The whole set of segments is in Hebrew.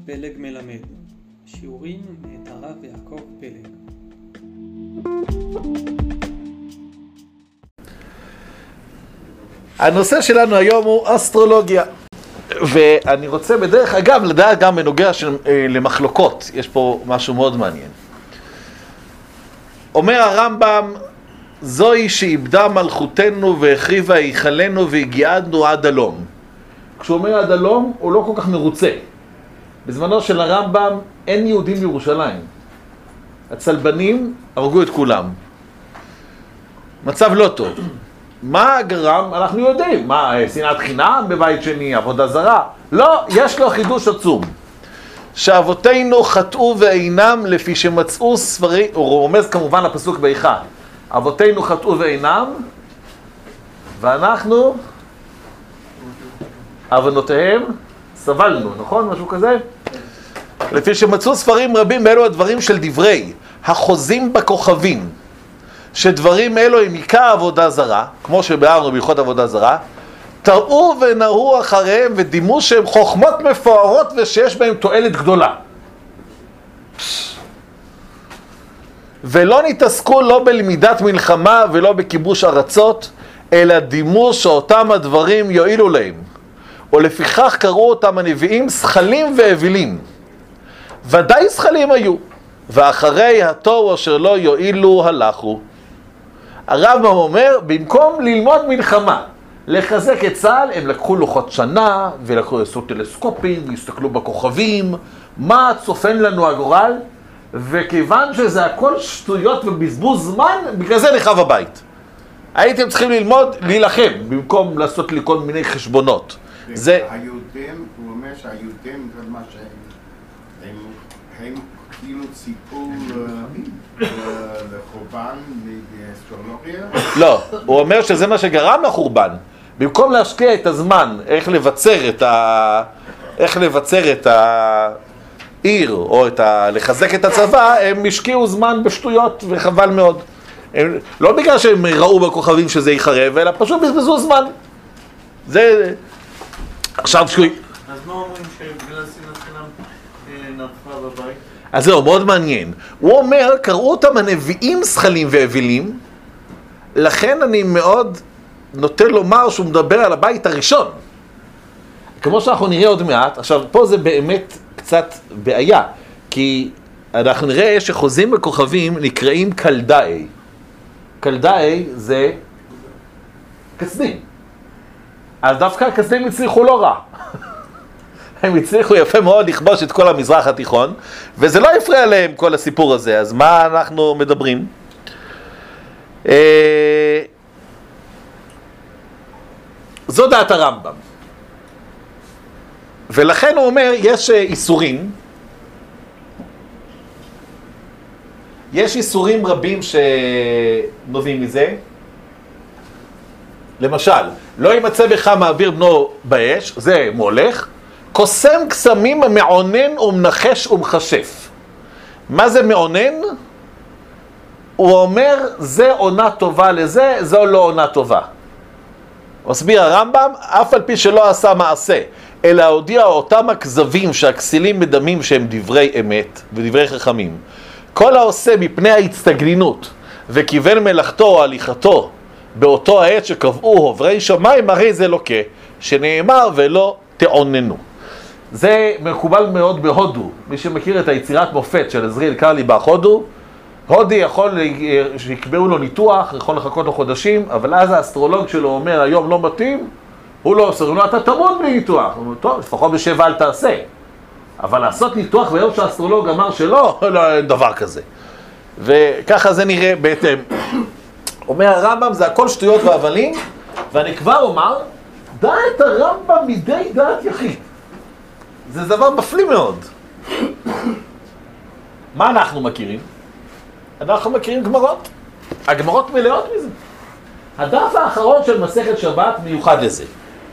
פלג מלמד, שיעורים מאת הרב יעקב פלג. הנושא שלנו היום הוא אסטרולוגיה, ואני רוצה בדרך אגב לדעת גם בנוגע למחלוקות. יש פה משהו מאוד מעניין. אומר הרמב"ם, זוהי שאיבדה מלכותנו והחריבה היכלנו והגיענו עד הלום. כשהוא אומר עד הלום הוא לא כל כך מרוצה. בזמנו של הרמב"ם אין יהודים בירושלים, הצלבנים הרגו את כולם, מצב לא טוב. מה גרם? אנחנו יודעים. מה, שנאת חינם בבית שני, עבודה זרה? לא, יש לו חידוש עצום. שאבותינו חטאו ואינם לפי שמצאו ספרים, הוא רומז כמובן לפסוק באיכה, אבותינו חטאו ואינם ואנחנו אבנותיהם סבלנו, נכון? משהו כזה? לפי שמצאו ספרים רבים באלו הדברים של דברי החוזים בכוכבים, שדברים אלו הם עיקר עבודה זרה, כמו שבארנו בהלכות עבודה זרה, תראו ונראו אחריהם ודימו שהם חוכמות מפוארות ושיש בהם תועלת גדולה. ולא נתעסקו לא בלמידת מלחמה ולא בכיבוש ארצות, אלא דימו שאותם הדברים יועילו להם. ולפיכך קראו אותם הנביאים שכלים ואווילים. ודאי שכלים היו, ואחרי התוהו אשר לא יועילו הלכו. הרמב"ם אומר, במקום ללמוד מלחמה, לחזק את צה"ל, הם לקחו לוחות שנה, ולקחו לעשות טלסקופים, והסתכלו בכוכבים, מה צופן לנו הגורל, וכיוון שזה הכל שטויות ובזבוז זמן, בגלל זה נחרב הבית. הייתם צריכים ללמוד, להילחם, במקום לעשות לי כל מיני חשבונות. זה... היהודים, הוא אומר שהיהודים, זה מה שהם כאילו ציפו לחורבן מאסטרולוגיה? לא, הוא אומר שזה מה שגרם לחורבן. במקום להשקיע את הזמן, איך לבצר את העיר, או לחזק את הצבא, הם השקיעו זמן בשטויות, וחבל מאוד. לא בגלל שהם ראו בכוכבים שזה ייחרב, אלא פשוט בזבזו זמן. זה... עכשיו שקוי. אז מה אומרים שבגלל שנאת חינם נפלה בבית? אז זהו, מאוד מעניין. הוא אומר, קראו אותם הנביאים שכלים ואווילים, לכן אני מאוד נוטה לומר שהוא מדבר על הבית הראשון. כמו שאנחנו נראה עוד מעט, עכשיו פה זה באמת קצת בעיה, כי אנחנו נראה שחוזים בכוכבים נקראים קלדאי. קלדאי זה קסדים. אז דווקא הקסדים הצליחו לא רע. הם הצליחו יפה מאוד לכבוש את כל המזרח התיכון, וזה לא הפריע להם כל הסיפור הזה. אז מה אנחנו מדברים? זו דעת הרמב"ם. ולכן הוא אומר, יש איסורים. יש איסורים רבים שנובעים מזה. למשל, לא יימצא בך מעביר בנו באש, זה מולך. קוסם קסמים מעונן ומנחש ומחשף. מה זה מעונן? הוא אומר, זה עונה טובה לזה, זו לא עונה טובה. מסביר הרמב"ם, אף על פי שלא עשה מעשה, אלא הודיע אותם הכזבים שהכסילים מדמים שהם דברי אמת ודברי חכמים. כל העושה מפני ההצטגנינות וכיוון מלאכתו או הליכתו באותו העת שקבעו עוברי שמיים, הרי זה לוקה, שנאמר ולא תעוננו. זה מקובל מאוד בהודו. מי שמכיר את היצירת מופת של עזריאל קרליבך, הודי יכול שיקבעו לו ניתוח, יכול לחכות לו חודשים, אבל אז האסטרולוג שלו אומר, היום לא מתאים, הוא לא עושה, הוא אומר, אתה תמות בלי ניתוח. הוא אומר, טוב, לפחות בשבע אל תעשה. אבל לעשות ניתוח ביום שהאסטרולוג אמר שלא, לא, אין דבר כזה. וככה זה נראה בהתאם. אומר הרמב"ם, זה הכל שטויות והבלים, ואני כבר אומר, דעת הרמב"ם מדי דעת יחיד. זה דבר מפליא מאוד. מה אנחנו מכירים? אנחנו מכירים גמרות. הגמרות מלאות מזה. הדף האחרון של מסכת שבת מיוחד לזה.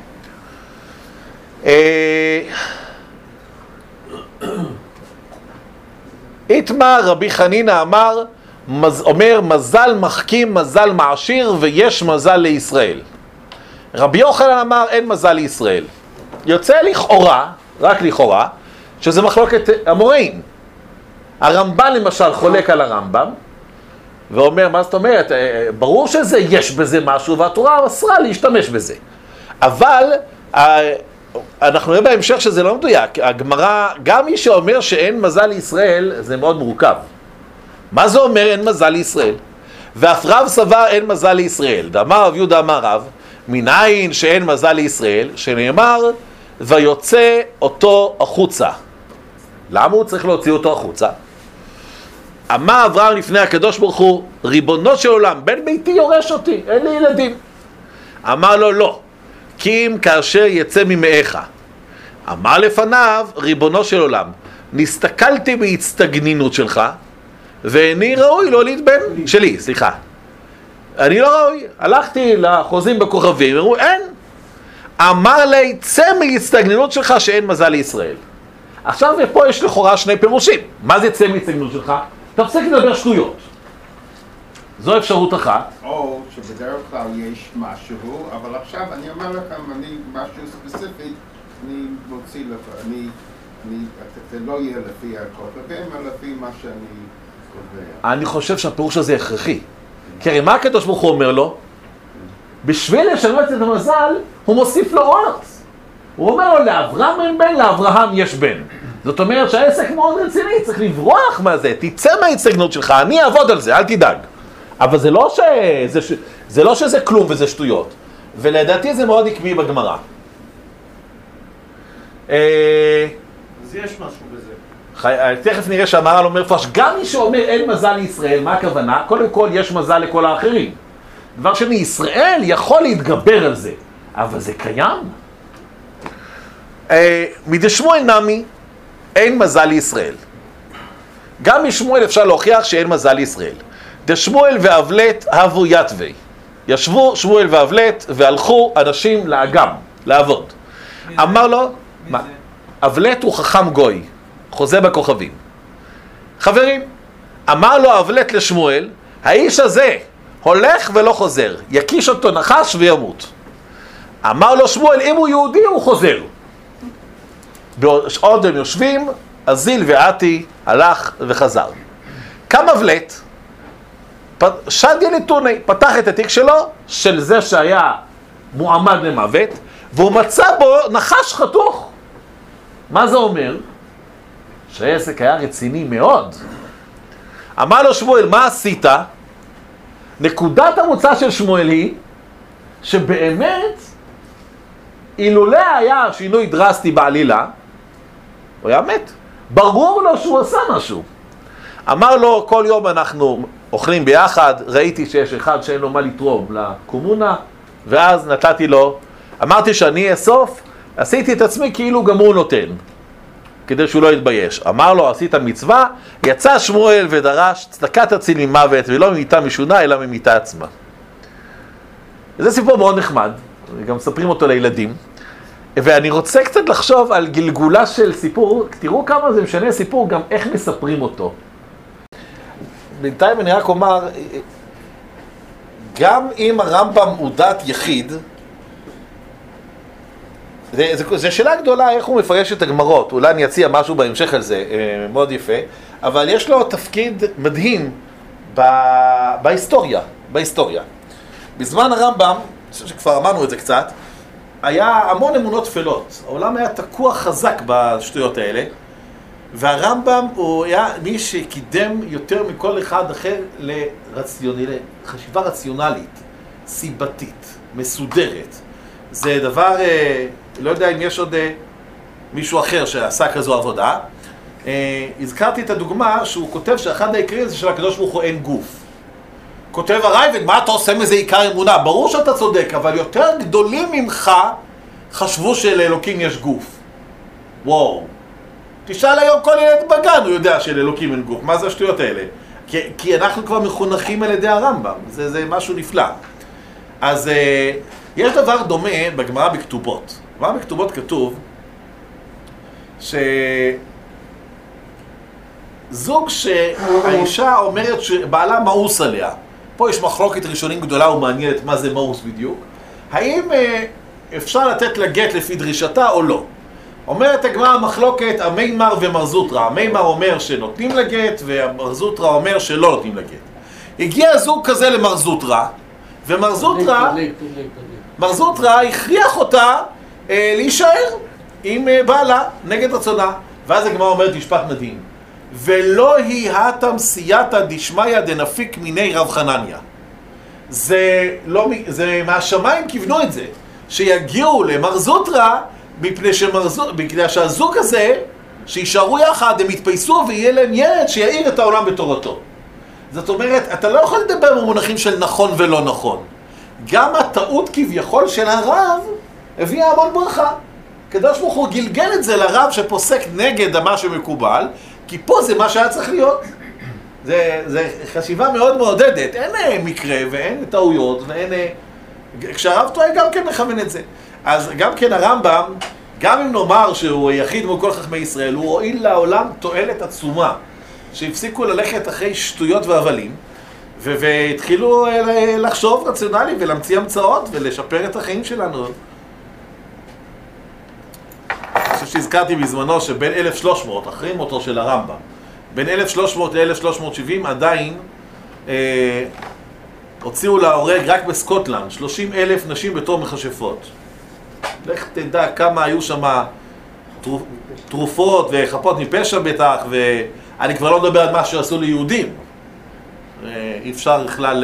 איתמר רבי חנינא אמר, אומר מזל מחכים מזל מעשיר ויש מזל לישראל. רבי יוחנן אמר אין מזל לישראל. יוצא לכאורה, רק לכאורה, שזה מחלוקת אמוראים. הרמב"ן למשל חולק על הרמב"ם, ואומר, מה זאת אומרת? ברור שזה יש בזה משהו, והתורה אסרה להשתמש בזה. אבל אנחנו נראה בהמשך שזה לא מדויק. הגמרא, גם מי שאומר שאין מזל לישראל, זה מאוד מורכב. מה זה אומר אין מזל לישראל? ואף רב סבר אין מזל לישראל. דאמר רב יהודה אמר רב, מנין שאין מזל לישראל, שנאמר, ויוצא אותו החוצה. למה הוא צריך להוציא אותו החוצה? אמר אברהם לפני הקדוש ברוך הוא, ריבונו של עולם, בן ביתי יורש אותי, אין לי ילדים. אמר לו לא, כי אם כאשר יצא ממאיך. אמר לפניו, ריבונו של עולם, נסתכלתי בהצטגנינות שלך, ואיני ראוי להוליד בן שלי, סליחה. אני לא ראוי, הלכתי לחוזים בכוכבים, אמרו אין. אמר לי, צא מהצטגנינות שלך שאין מזל לישראל. עכשיו פה יש לכאורה שני פירושים. מה זה צא מהצטגנינות שלך? תפסיק לדבר שטויות. זו אפשרות אחת. או שבדרך כלל יש משהו, אבל עכשיו אני אומר לכם, אני משהו ספציפי, אני מוציא לך, זה לא יהיה לפי הכוכבים, אלא לפי מה שאני קובע. אני חושב שהפירוש הזה הכרחי. כי הרי מה הקדוש ברוך הוא אומר לו? בשביל לשנות את המזל, הוא מוסיף לו עוד. הוא אומר לו, לאברהם אין בן, לאברהם יש בן. זאת אומרת שהעסק מאוד רציני, צריך לברוח מהזה, תצא מההצטגנות שלך, אני אעבוד על זה, אל תדאג. אבל זה לא שזה כלום וזה שטויות. ולדעתי זה מאוד עקבי בגמרא. אז יש משהו בזה. תכף נראה שהמהר"ל אומר פרש, גם מי שאומר אין מזל לישראל, מה הכוונה? קודם כל יש מזל לכל האחרים. דבר שני, ישראל יכול להתגבר על זה, אבל זה קיים. מדשמואל נמי, אין מזל לישראל. גם משמואל אפשר להוכיח שאין מזל לישראל. דשמואל ואבלט אבו יתווי. ישבו שמואל ואבלט והלכו אנשים לאגם, לעבוד. אמר לו, מה? אבלט הוא חכם גוי, חוזה בכוכבים. חברים, אמר לו אבלט לשמואל, האיש הזה הולך ולא חוזר, יקיש אותו נחש וימות. אמר לו שמואל, אם הוא יהודי הוא חוזר. בעוד הם יושבים, אזיל ועתי הלך וחזר. קם אבלט, שדיה נתוני, פתח את התיק שלו, של זה שהיה מועמד למוות, והוא מצא בו נחש חתוך. מה זה אומר? שהעסק היה רציני מאוד. אמר לו שמואל, מה עשית? נקודת המוצא של שמואל היא, שבאמת, אילולא היה שינוי דרסטי בעלילה, הוא היה מת. ברור לו שהוא עשה משהו. אמר לו, כל יום אנחנו אוכלים ביחד, ראיתי שיש אחד שאין לו מה לתרום לקומונה, ואז נתתי לו, אמרתי שאני אסוף, עשיתי את עצמי כאילו גם הוא נותן, כדי שהוא לא יתבייש. אמר לו, עשית מצווה, יצא שמואל ודרש, צדקה תציל ממוות, ולא ממיתה משונה, אלא ממיתה עצמה. זה סיפור מאוד נחמד, גם מספרים אותו לילדים, ואני רוצה קצת לחשוב על גלגולה של סיפור, תראו כמה זה משנה סיפור, גם איך מספרים אותו. בינתיים אני רק אומר, גם אם הרמב"ם הוא דת יחיד, זו שאלה גדולה איך הוא מפרש את הגמרות, אולי אני אציע משהו בהמשך על זה, מאוד יפה, אבל יש לו תפקיד מדהים בהיסטוריה. בזמן הרמב"ם, שכבר אמרנו את זה קצת, היה המון אמונות תפלות, העולם היה תקוע חזק בשטויות האלה, והרמב"ם הוא היה מי שקידם יותר מכל אחד אחר לחשיבה רציונלית, סיבתית, מסודרת. זה דבר, לא יודע אם יש עוד מישהו אחר שעשה כזו עבודה. הזכרתי את הדוגמה שהוא כותב שאחד העיקרים זה של הקדוש ברוך הוא אין גוף. כותב הרייבד, מה אתה עושה מזה עיקר אמונה? ברור שאתה צודק, אבל יותר גדולים ממך חשבו שלאלוקים יש גוף. וואו. תשאל היום כל ילד בגן, הוא יודע שלאלוקים אין גוף. מה זה השטויות האלה? כי אנחנו כבר מחונכים על ידי הרמב"ם. זה משהו נפלא. אז יש דבר דומה בגמרא בכתובות. בגמרא בכתובות כתוב זוג שהאישה אומרת שבעלה מאוס עליה. פה יש מחלוקת ראשונים גדולה ומעניינת מה זה מאוס בדיוק. האם אפשר לתת לה גט לפי דרישתה או לא? אומרת הגמרא המחלוקת המימר ומר זוטרא. המימר אומר שנותנים לגט ומר זוטרא אומר שלא נותנים לגט. הגיע זוג כזה למר זוטרא, ומר זוטרא הכריח אותה להישאר עם בעלה נגד רצונה. ואז הגמרא אומרת משפט מדהים, ולא היא התם סייעתא דשמיא דנפיק מיני רב חנניה. זה מהשמיים כיוונו את זה, שיגיעו למר זוטרא, בגלל שהזוג הזה, שישארו יחד, הם יתפייסו ויהיה להם ילד שיעיר את העולם בתורתו. זאת אומרת, אתה לא יכול לדבר במונחים של נכון ולא נכון. גם הטעות כביכול של הרב הביאה המון ברכה. הקדוש ברוך הוא גלגל את זה לרב שפוסק נגד מה שמקובל, כי פה זה מה שהיה צריך להיות. זה חשיבה מאוד מעודדת, אין מקרה ואין טעויות ואין... כשהרב טועה גם כן מכוון את זה. אז גם כן הרמב"ם, גם אם נאמר שהוא היחיד מכל חכמי ישראל, הוא הועיל לעולם תועלת עצומה, שהפסיקו ללכת אחרי שטויות והבלים, והתחילו לחשוב רציונלי ולהמציא המצאות ולשפר את החיים שלנו. אני חושב שהזכרתי בזמנו שבין 1300, אחרי מותו של הרמב"ם, בין 1300 ל-1370 עדיין הוציאו להורג רק בסקוטלנד 30,000 נשים בתור מכשפות. לך תדע כמה היו שם תרופות וחפות מפשע בטח, ואני כבר לא מדבר על מה שעשו ליהודים. אי אפשר בכלל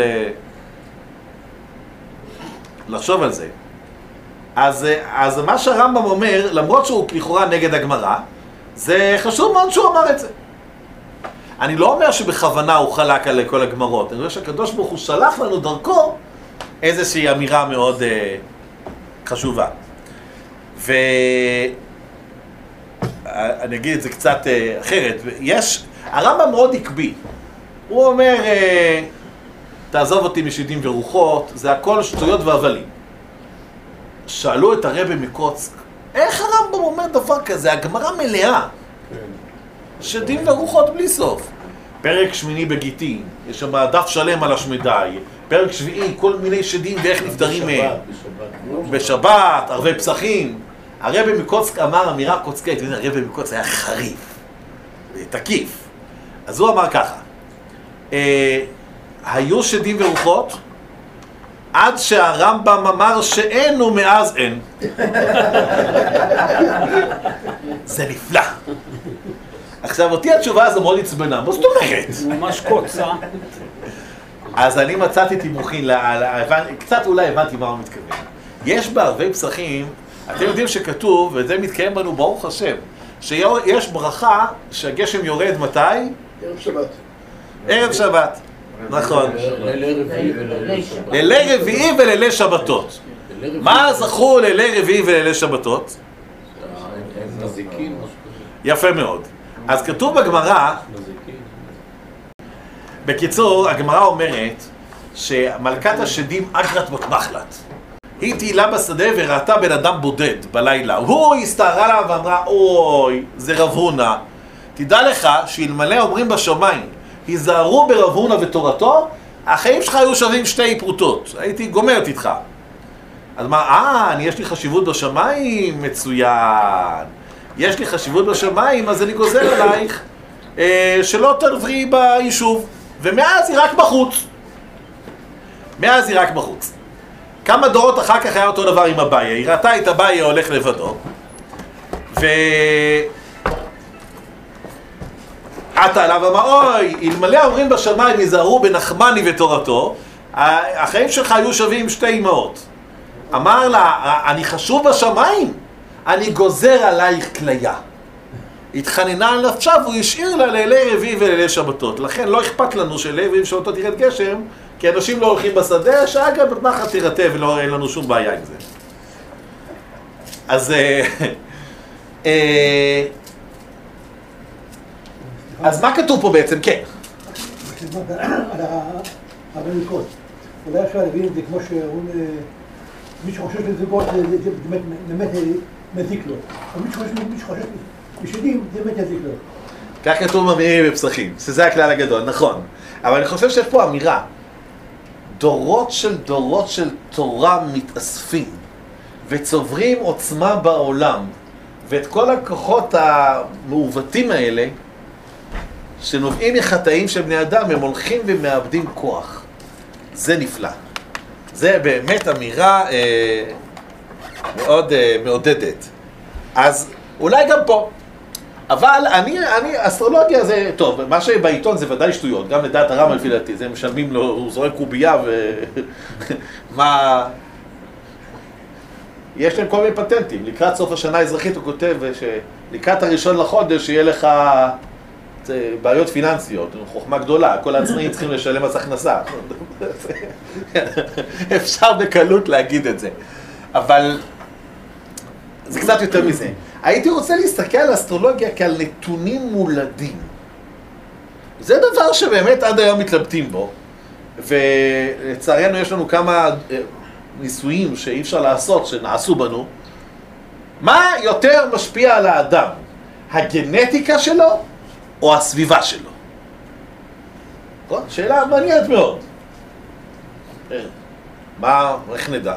לחשוב על זה. אז מה שהרמב"ם אומר, למרות שהוא לכאורה נגד הגמרא, זה חשוב מאוד שהוא אמר את זה. אני לא אומר שבכוונה הוא חלק על כל הגמרות, אני רואה שהקדוש ברוך הוא שלח לנו דרכו איזושהי אמירה מאוד חשובה. ואני אגיד את זה קצת אחרת. הרמב"ם מאוד עקבי. הוא אומר, תעזוב אותי משדים ורוחות, זה הכל שטויות והבלים. שאלו את הרבי מקוצק, איך הרמב"ם אומר דבר כזה? הגמרא מלאה. שדים ורוחות בלי סוף. פרק שמיני בגיטין, יש שם דף שלם על השמדי. פרק שביעי, כל מיני שדים ואיך נפטרים מהם. בשבת, ערבי פסחים. הרבי מקוצק אמר אמירה קוצקית, הרבי מקוצק היה חריף, תקיף. אז הוא אמר ככה, היו שדים ורוחות עד שהרמב"ם אמר שאין ומאז אין. זה נפלא. עכשיו אותי התשובה הזו מאוד עצבנה, מה זאת אומרת? הוא ממש קוצה. אז אני מצאתי תימוכין, קצת אולי הבנתי מה הוא מתכוון. יש בערבי פסחים, אתם יודעים שכתוב, וזה מתקיים בנו ברוך השם, שיש ברכה שהגשם יורד מתי? ערב שבת. ערב שבת, נכון. לילי רביעי ולילי שבתות. מה זכו לילי רביעי ולילי שבתות? יפה מאוד. אז כתוב בגמרא, בקיצור, הגמרא אומרת שמלכת השדים אגרת בת מחלת. היא תהילה בשדה וראתה בן אדם בודד בלילה. הוא הסתערה לה ואמרה, אוי, זה רב הונא. תדע לך שאלמלא אומרים בשמיים, היזהרו ברב הונא ותורתו, החיים שלך היו שווים 2 פרוטות. הייתי גומרת איתך. אז מה, יש לי חשיבות בשמיים? מצוין. יש לי חשיבות בשמיים, אז אני גוזר עלייך שלא תעברי ביישוב. ומאז היא רק בחוץ. מאז היא רק בחוץ. כמה דורות אחר כך היה אותו דבר עם אביי. היא ראתה את אביי הולך לבדו. עטה עליו אמר, אוי, אלמלא אומרים בשמיים, יזהרו בנחמני ותורתו, החיים שלך היו שווים 2 אמהות. אמר לה, אני חשוב בשמיים, אני גוזר עלייך כליה. התחננה על נפשה והוא השאיר לה לילי רביעי ולילי שבתות. לכן לא אכפת לנו שלילי רביעי ושבתות ירד גשם, כי אנשים לא הולכים בשדה, שאגב בנחת תירטב ואין לנו שום בעיה עם זה. אז מה כתוב פה בעצם? כן. על הרמיקות. אולי אפשר להבין את זה כמו שאומרים, מי שחושב שזוגות זה באמת מזיק לו. אבל מי שחושב בשדים זה באמת יזיק לו. כך כתוב במילים בפסחים, שזה הכלל הגדול, נכון. אבל אני חושב שיש פה אמירה. דורות של תורה מתאספים וצוברים עוצמה בעולם ואת כל הכוחות המעוותים האלה, שנובעים מחטאים של בני אדם, הם הולכים ומאבדים כוח. זה נפלא. זה באמת אמירה מאוד מעודדת. אז אולי גם פה. אבל אסטרולוגיה זה, טוב, מה שבעיתון זה ודאי שטויות, גם לדעת הרמב"ם לפי דעתי, זה משלמים לו, הוא זורק קובייה מה... יש להם כל מיני פטנטים, לקראת סוף השנה האזרחית הוא כותב שלקראת הראשון לחודש יהיה לך בעיות פיננסיות, חוכמה גדולה, כל העצמאים צריכים לשלם מס הכנסה. אפשר בקלות להגיד את זה, אבל זה קצת יותר מזה. הייתי רוצה להסתכל על אסטרולוגיה כעל נתונים מולדים. זה דבר שבאמת עד היום מתלבטים בו, ולצערנו יש לנו כמה ניסויים שאי אפשר לעשות, שנעשו בנו. מה יותר משפיע על האדם? הגנטיקה שלו או הסביבה שלו? שאלה מעניינת מאוד. איך נדע?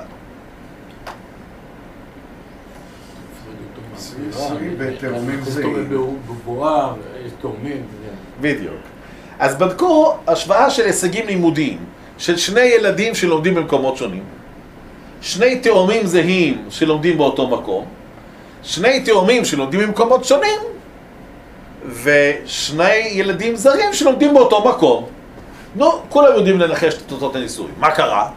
בתאומים זהים. בבואה, יש תאומים. בדיוק. אז בדקו השוואה של הישגים לימודיים של שני ילדים שלומדים במקומות שונים, שני תאומים זהים שלומדים באותו מקום, שני תאומים שלומדים במקומות שונים, ושני ילדים זרים שלומדים באותו מקום. נו, כולם יודעים לנחש את תוצאות הניסוי. מה קרה?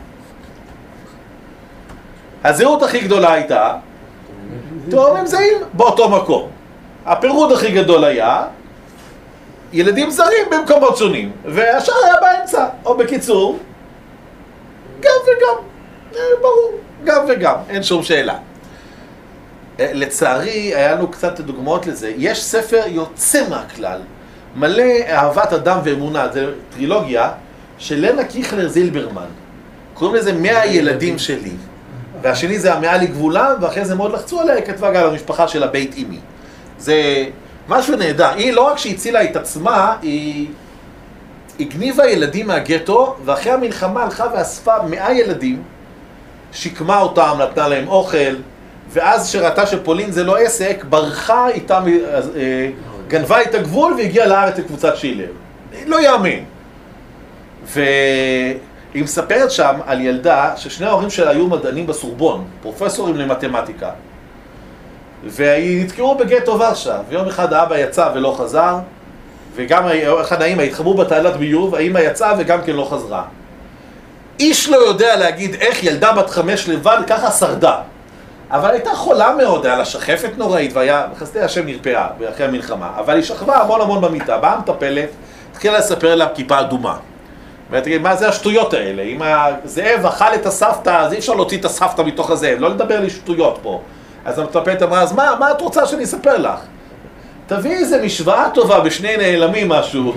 הזהות הכי גדולה הייתה תאומים זהים באותו מקום. הפירוד הכי גדול היה ילדים זרים במקומות שונים, והשאר היה באמצע. או בקיצור, גם וגם. ברור, גם וגם, אין שום שאלה. לצערי, היה לנו קצת דוגמאות לזה. יש ספר יוצא מהכלל, מלא אהבת אדם ואמונה, זה טרילוגיה של לנה קיכלר זילברמן. קוראים לזה 100 ילדים שלי. והשני זה 100 לגבולם, ואחרי זה מאוד לחצו עליה, היא כתבה גם על המשפחה של הבית אימי. זה משהו נהדר. היא לא רק שהצילה את עצמה, היא הגניבה ילדים מהגטו, ואחרי המלחמה הלכה ואספה 100 ילדים, שיקמה אותם, נתנה להם אוכל, ואז שראתה שפולין זה לא עסק, ברחה איתם, גנבה את הגבול והגיעה לארץ לקבוצת שילר. לא יאמין. והיא מספרת שם על ילדה ששני ההורים שלה היו מדענים בסורבון, פרופסורים למתמטיקה, והיא נתקעו בגטו ורשה, ויום אחד האבא יצא ולא חזר, וגם אחד האמא התחברו בתעלת ביוב, האמא יצאה וגם כן לא חזרה. איש לא יודע להגיד איך ילדה בת 5 לבד ככה שרדה. אבל הייתה חולה מאוד, היה לה שחפת נוראית, בחסדי השם נרפאה אחרי המלחמה. אבל היא שכבה המון במיטה, באה המטפלת, התחילה לספר לה כיפה אדומה. ותגיד, מה זה השטויות האלה? אם הזאב אכל את הסבתא, אז אי אפשר להוציא את הסבתא מתוך הזאב, לא לדבר לי שטויות פה. אז המטפלת אמרה, אז מה את רוצה שאני אספר לך? תביא איזה משוואה טובה בשני נעלמים משהו.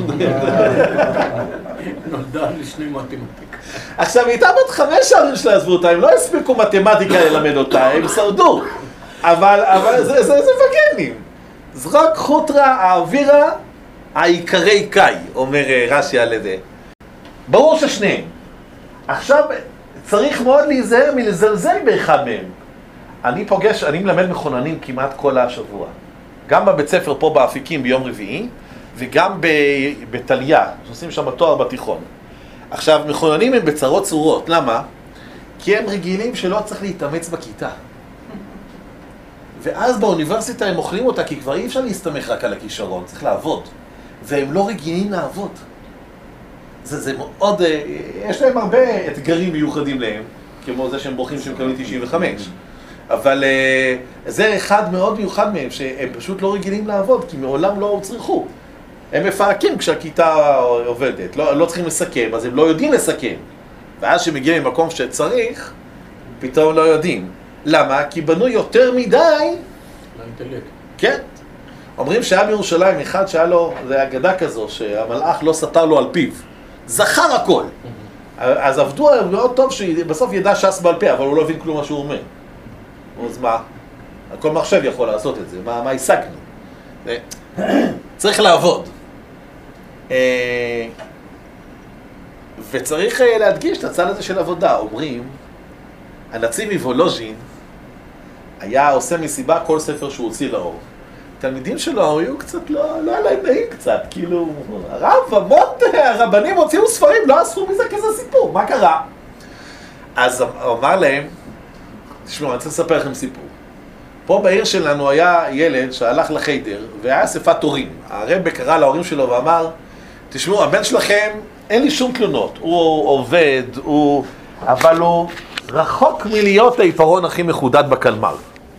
נולדה לשני מתמטיקה. עכשיו, היא הייתה בת 5 ההורים שלה עזבו אותה, הם לא הספיקו מתמטיקה ללמד אותה, הם שרדו. אבל זה וגנים. זרוק חוטרה האווירה העיקרי קאי, אומר רש"י על זה. ברור ששניהם. עכשיו, צריך מאוד להיזהר מלזלזל באחד מהם. אני מלמד מכוננים כמעט כל השבוע. גם בבית ספר פה באפיקים ביום רביעי, וגם בטליה, שעושים שם תואר בתיכון. עכשיו, מכוננים הם בצרות צורות. למה? כי הם רגילים שלא צריך להתאמץ בכיתה. ואז באוניברסיטה הם אוכלים אותה, כי כבר אי אפשר להסתמך רק על הכישרון, צריך לעבוד. והם לא רגילים לעבוד. זה מאוד, יש להם הרבה אתגרים מיוחדים להם, כמו זה שהם בורחים שהם מקבלים 95. אבל זה אחד מאוד מיוחד מהם, שהם פשוט לא רגילים לעבוד, כי מעולם לא צריכו. הם מפהקים כשהכיתה עובדת, לא צריכים לסכם, אז הם לא יודעים לסכם. ואז שמגיעים ממקום שצריך, פתאום לא יודעים. למה? כי בנו יותר מדי... לאינטלקט. כן. אומרים שהיה בירושלים אחד שהיה לו, זה אגדה כזו, שהמלאך לא סתר לו על פיו. זכר הכל. אז עבדו מאוד טוב שבסוף ידע ש"ס בעל פה, אבל הוא לא הבין כלום מה שהוא אומר. אז מה? כל מחשב יכול לעשות את זה, מה השגנו? צריך לעבוד. וצריך להדגיש את הצד הזה של עבודה. אומרים, הנציב מוולוז'ין היה עושה מסיבה כל ספר שהוא הוציא לאור. תלמידים שלו היו קצת, לא היה להם נעים קצת, כאילו, הרב, המון הרבנים הוציאו ספרים, לא עשו מזה כזה סיפור, מה קרה? אז הוא אמר להם, תשמעו, אני צריך לספר לכם סיפור. פה בעיר שלנו היה ילד שהלך לחיידר, והיה אספת הורים. הרב קרא להורים שלו ואמר, תשמעו, הבן שלכם, אין לי שום תלונות, הוא עובד, אבל הוא רחוק מלהיות העיפרון הכי מחודד בקלמר.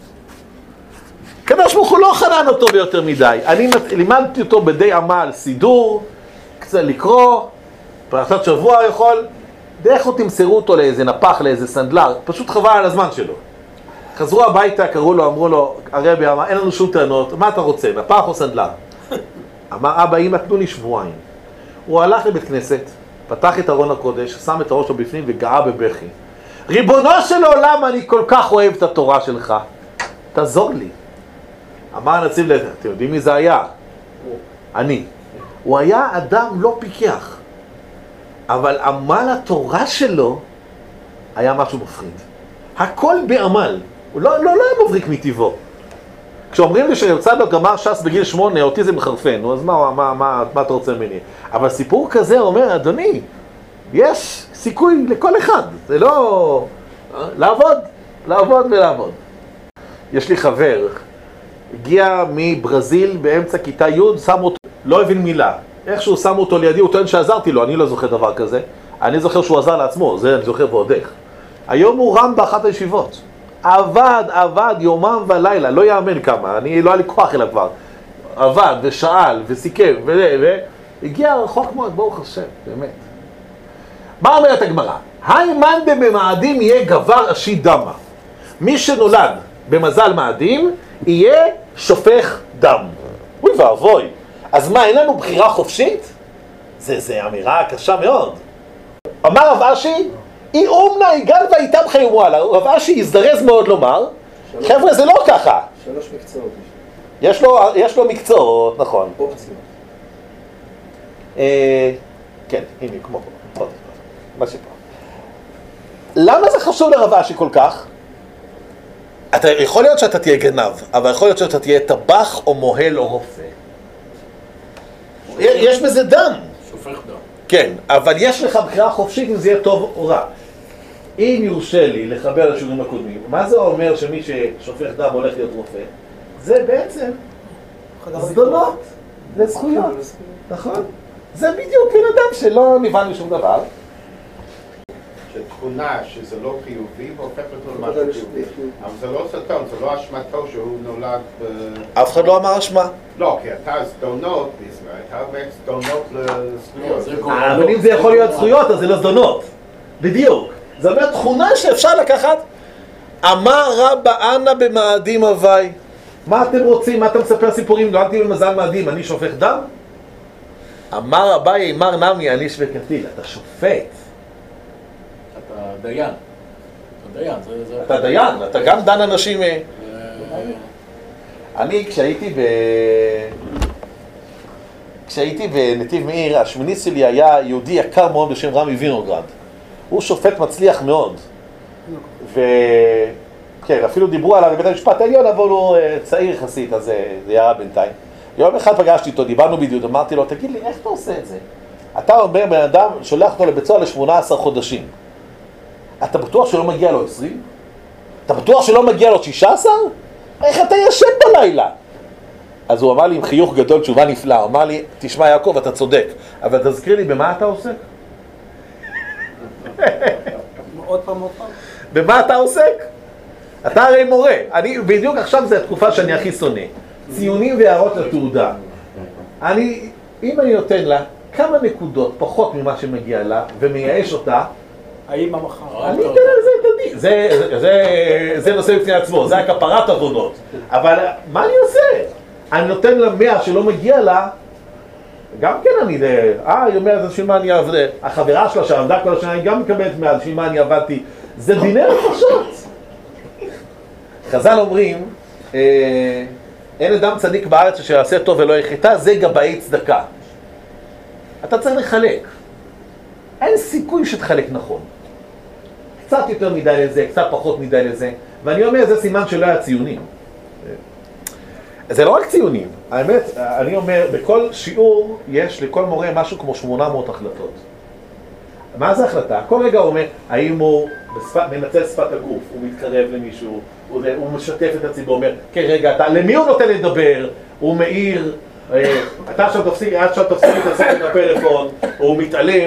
קדוש ברוך הוא לא חנן אותו ביותר מדי. אני לימדתי אותו בדי עמל, סידור, קצת לקרוא, פרשת שבוע יכול, דרך הוא תמסרו אותו לאיזה נפח, לאיזה סנדלר, פשוט חבל על הזמן שלו. חזרו הביתה, קראו לו, אמרו לו, הרבי אמר, אין לנו שום טענות, מה אתה רוצה, נפח או סנדלר? אמר, אבא, אמא, תנו לי שבועיים. הוא הלך לבית כנסת, פתח את ארון הקודש, שם את הראש לו בפנים וגאה בבכי. ריבונו של עולם, אני כל כך אוהב את התורה שלך. תעזור לי. אמר הנציב, אתם יודעים מי זה היה? אני. הוא היה אדם לא פיקח, אבל עמל התורה שלו היה משהו מפחיד. הכל בעמל. הוא לא היה מבריק מטבעו. כשאומרים לי שצדוק גמר ש"ס בגיל 8, אותי זה מחרפן, אז מה אתה רוצה ממני? אבל סיפור כזה אומר, אדוני, יש סיכוי לכל אחד. זה לא... לעבוד ולעבוד. יש לי חבר, הגיע מברזיל באמצע כיתה י', שמו אותו, לא הבין מילה. איכשהו שמו אותו לידי, הוא טוען שעזרתי לו, אני לא זוכר דבר כזה. אני זוכר שהוא עזר לעצמו, זה אני זוכר ועוד איך. היום הוא רם באחת הישיבות. עבד יומם ולילה, לא יאמן כמה, לא היה לי כוח אליו כבר. עבד ושאל וסיכם והגיע רחוק מאוד, ברוך השם, באמת. מה אומרת הגמרא? הימן במאדים יהיה גבר אשי דמה. מי שנולד במזל מאדים יהיה שופך דם. אוי ואבוי. אז מה, אין לנו בחירה חופשית? זה אמירה קשה מאוד. אמר רב אשי, אי אומנה יגל ואיתם חיומו עלה. רב אשי הזדרז מאוד לומר, חבר'ה זה לא ככה. 3 מקצועות. יש לו מקצועות, נכון. אופציות. כן, הנה, כמו פה. מה שפה. למה זה חשוב לרב אשי כל כך? יכול להיות שאתה תהיה גנב, אבל יכול להיות שאתה תהיה טבח או מוהל או רופא. יש בזה דם. שופך דם. כן, אבל יש לך בחירה חופשית אם זה יהיה טוב או רע. אם יורשה לי לחבר לשיעורים הקודמים, מה זה אומר שמי ששופך דם הולך להיות רופא? זה בעצם זדונות לזכויות, נכון? זה בדיוק בן אדם שלא נבן משום דבר. שתכונה שזה לא חיובי והופך אותו למשהו חיובי. אבל זה לא סרטון, זה לא אשמתו שהוא נולד אף אחד לא אמר אשמה. לא, כי אתה זדונות בישראל, אתה אומר זדונות לזכויות. אבל אם זה יכול להיות זכויות, אז זה לא זדונות. בדיוק. זה אומר תכונה שאפשר לקחת. אמר רבא אנא במאדים הווי. מה אתם רוצים? מה אתה מספר סיפורים? נולדתי במזל מאדים, אני שופך דם? אמר אביי אמר נמי, אני שווה קטיל. אתה שופט. אתה דיין. אתה דיין, אתה גם דן אנשים. אני כשהייתי בנתיב מאיר, השמיניסט שלי היה יהודי יקר מאוד בשם רמי וינוגרד. הוא שופט מצליח מאוד. וכן, אפילו דיברו עליו בבית המשפט העליון, אבל הוא צעיר יחסית, אז זה ירה בינתיים. יום אחד פגשתי אותו, דיברנו בדיוק, אמרתי לו, תגיד לי, איך אתה עושה את זה? אתה אומר, בן אדם שולח אותו לבית סוהר ל18 חודשים. אתה בטוח שלא מגיע לו 20? אתה בטוח שלא מגיע לו 16? איך אתה ישן בלילה? אז הוא אמר לי עם חיוך גדול, תשובה נפלאה, הוא אמר לי, תשמע יעקב, אתה צודק, אבל תזכיר לי, במה אתה עוסק? עוד פעם. במה אתה עוסק? אתה הרי מורה. בדיוק עכשיו זה התקופה שאני הכי שונא. ציונים והערות לתעודה. אם אני נותן לה כמה נקודות פחות ממה שמגיע לה, ומייאש אותה, האמא מחר. אני אתן על זה את הדין. זה נושא בפני עצמו, זה הכפרת עוונות. אבל מה אני עושה? אני נותן לה 100 שלא מגיע לה, גם כן אני היא אומרת, אז בשביל מה אני עבד? החברה שלה שעבדה כל השנה, היא גם מקבלת 100, בשביל מה אני עבדתי? זה דיני נפשות. חז"ל אומרים, אין אדם צדיק בארץ שיעשה טוב ולא יחטא, זה גבאי צדקה. אתה צריך לחלק. אין סיכוי שתחלק נכון. קצת יותר מדי לזה, קצת פחות מדי לזה. ואני אומר, זה סימן שלא היה ציונים. זה לא רק ציונים, האמת, אני אומר, בכל שיעור יש לכל מורה משהו כמו 800 החלטות. מה זה החלטה? כל רגע הוא אומר, האם הוא מנצל שפת הגוף, הוא מתקרב למישהו, הוא משתף את הציבור, אומר, כן רגע, למי הוא נותן לדבר? הוא מעיר, אתה עכשיו תפסיק להתעסק עם הפלאפון, הוא מתעלם.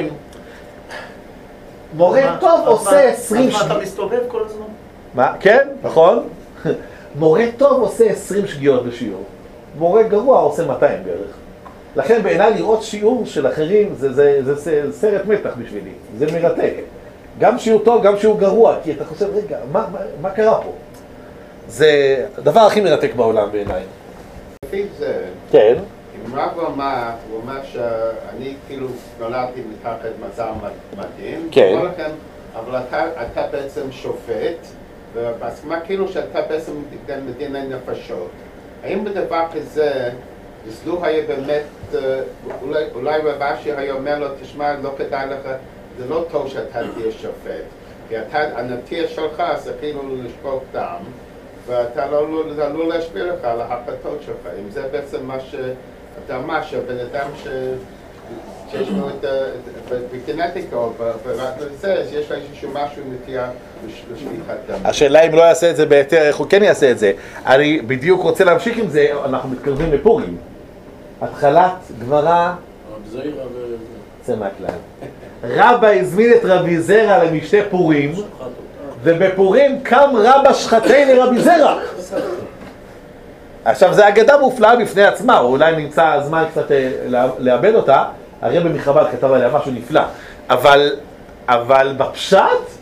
מורה טוב עושה 20 שגיאות. אתה מסתובב כל הזמן? מה? כן, נכון? מורה טוב עושה 20 שגיאות בשיעור. מורה גרוע עושה 200 בערך. לכן בעיניי לראות שיעור של אחרים זה סרט מתח בשבילי. זה מרתק. גם שיעור טוב, גם שיעור גרוע, כי אתה חושב, רגע, מה קרה פה? זה הדבר הכי מרתק בעולם בעיניי. לפי זה, כן. אם רב הוא אמר שאני כאילו נולדתי מתחת מזל מדהים, כן. אבל אתה בעצם שופט, ובהסכמה כאילו שאתה בעצם מדיני נפשות. האם בדבר כזה, לו היה באמת, אולי רב אשי היה אומר לו, תשמע, לא כדאי לך, זה לא טוב שאתה תהיה שופט. כי הנטייה שלך זה כאילו לשפוך דם, ואתה לא עלול להשפיע לך על ההחלטות שלך. אם זה בעצם מה שאתה אומר, שהבן אדם שיש לו את בגנטיקה, ובזה, אז יש לה איזשהו משהו נטייה לשפיכת דם. השאלה אם לא יעשה את זה בהיתר, איך הוא כן יעשה את זה. אני בדיוק רוצה להמשיך עם זה, אנחנו מתקרבים לפורים. התחלת גמרא, זה מהכלל. רבא הזמין את רבי זרע למשתה פורים, ובפורים קם רבא שחטי לרבי זרע. עכשיו, זו אגדה מופלאה בפני עצמה, או אולי נמצא הזמן קצת לאבד אותה, הרבי מחב"ד כתב עליה משהו נפלא. אבל בפשט,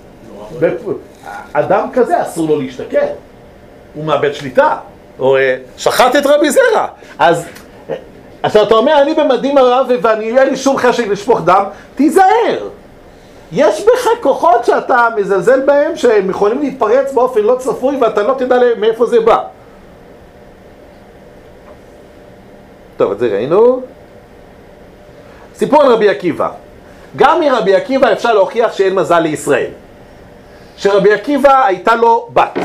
אדם כזה אסור לו להשתכר. הוא מאבד שליטה, או שחט את רבי זרע. אז אתה אומר, אני במדים הרב ואני אין לי שום חשק לשפוך דם, תיזהר. יש בך כוחות שאתה מזלזל בהם, שהם יכולים להתפרץ באופן לא צפוי ואתה לא תדע מאיפה זה בא. טוב, את זה ראינו. סיפור על רבי עקיבא. גם מרבי עקיבא אפשר להוכיח שאין מזל לישראל. שרבי עקיבא הייתה לו בת.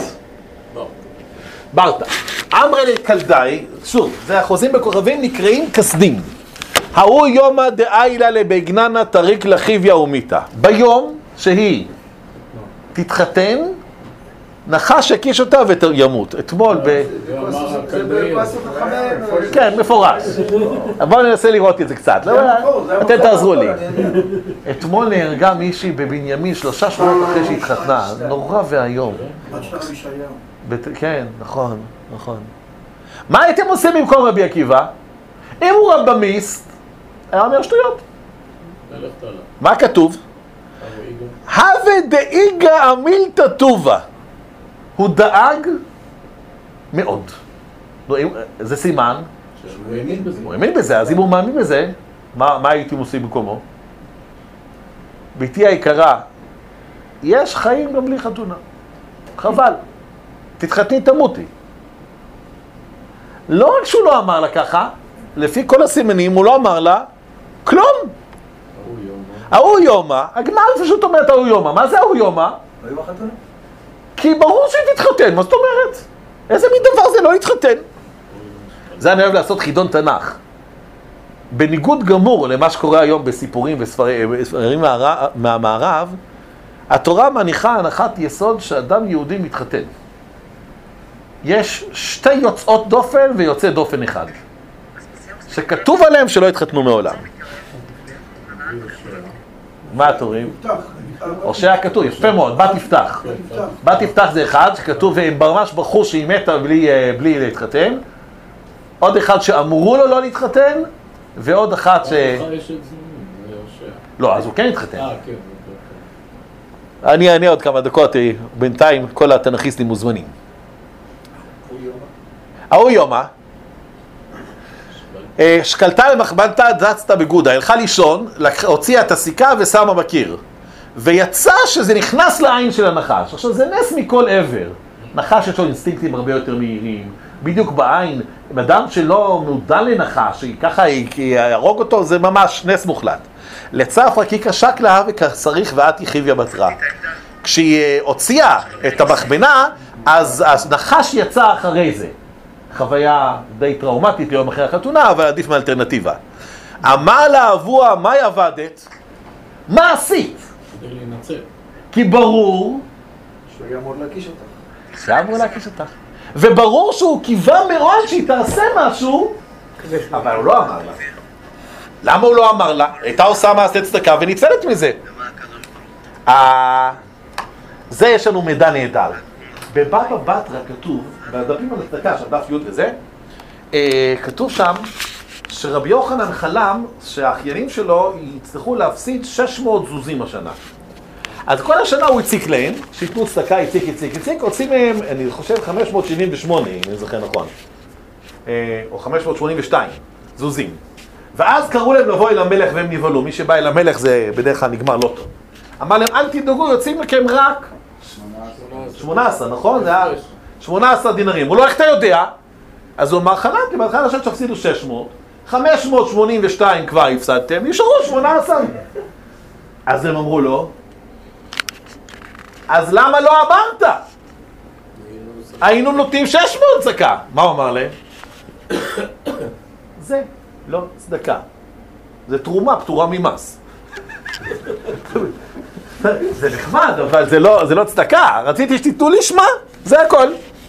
ברטה. אמרי לקלדאי, שוב, זה החוזים בכוכבים נקראים כסדים. ההוא יומא דאיילה לבגננה תריק לחיביה ומיתה. ביום שהיא תתחתן, נחש הקיש אותה וימות. אתמול כן, מפורש. בואו ננסה לראות את זה קצת. אתם תעזרו לי. אתמול נהרגה מישהי בבנימין 3 שבועות אחרי שהתחתנה. נורא והיום. כן, נכון. מה הייתם עושים במקום רבי עקיבא? אם הוא רבמיסט, היה אומר שטויות. מה כתוב? הווה דאיגה אמילתא טובה. הוא דאג מאוד. זה סימן. הוא האמין בזה. אז אם הוא מאמין בזה, מה הייתם עושים במקומו? ביתי היקרה, יש חיים גם בלי חתונה. חבל. תתחתני תמותי. לא רק שהוא לא אמר לה ככה, לפי כל הסימנים הוא לא אמר לה כלום. ההוא יומא, הגמרא פשוט אומרת ההוא יומא. מה זה ההוא יומא? כי ברור שהיא תתחתן, מה זאת אומרת? איזה מין דבר זה לא להתחתן? זה אני אוהב לעשות חידון תנ"ך. בניגוד גמור למה שקורה היום בסיפורים וספרים מהמערב, התורה מניחה הנחת יסוד שאדם יהודי מתחתן. יש 2 יוצאות דופן ויוצא דופן אחד. שכתוב עליהם שלא התחתנו מעולם. מה התורים? הושע כתוב, יפה מאוד, בת יפתח. בת יפתח זה אחד שכתוב, והם ממש בחור שהיא מתה בלי להתחתן. עוד אחד שאמרו לו לא להתחתן, ועוד אחד לא, אז הוא כן התחתן. אני אענה עוד כמה דקות, בינתיים כל התנכיסטים מוזמנים. ההוא יומא, שקלתה למחבנתה דצתה בגודה, הלכה לישון, הוציאה את הסיכה ושמה בקיר. ויצא שזה נכנס לעין של הנחש. עכשיו זה נס מכל עבר. נחש יש לו אינסטינקטים הרבה יותר מהירים. בדיוק בעין, אדם שלא מודע לנחש, ככה יהרוג אותו, זה ממש נס מוחלט. לצף רקיקה שקלה וכשריך ואת יחיביה בתרה. כשהיא הוציאה את המחבנה, אז הנחש יצא אחרי זה. חוויה די טראומטית ליום אחרי החתונה, אבל עדיף מאלטרנטיבה. אמר לה אבוה, מה עבדת? מה עשית? כדי להינצל. כי ברור שהוא היה אמור להקיש אותך. שהיה אמור להקיש אותך. וברור שהוא קיווה מאוד שהיא תעשה משהו, אבל הוא לא אמר לה. למה הוא לא אמר לה? הייתה עושה מעשה צדקה וניצלת מזה. זה יש לנו מידע נהדר. בבבא בתרא כתוב, בדפים על הצדקה, של דף י' וזה, כתוב שם שרבי יוחנן חלם שהאחיינים שלו יצטרכו להפסיד 600 זוזים השנה. אז כל השנה הוא הציק להם, שיתנו צדקה, הציק, הוציא מהם, אני חושב 578, אם אני זוכר נכון, או 582 זוזים. ואז קראו להם לבוא אל המלך והם נבהלו, מי שבא אל המלך זה בדרך כלל נגמר לא טוב. אמר להם, אל תדאגו, יוצאים לכם רק 18, נכון? זה היה 18 דינרים. הוא לא, איך אתה יודע? אז הוא אמר, חלמתי, בהתחלה חשבתי שתפסידו 600, 582 כבר הפסדתם, נשארו 18. אז הם אמרו לו, אז למה לא אמרת? היינו נותנים 600 צדקה. מה הוא אמר להם? זה לא צדקה. זה תרומה, פטורה ממס. זה נחמד, אבל זה לא צדקה. רציתי שתיתנו לי שמה, זה הכל.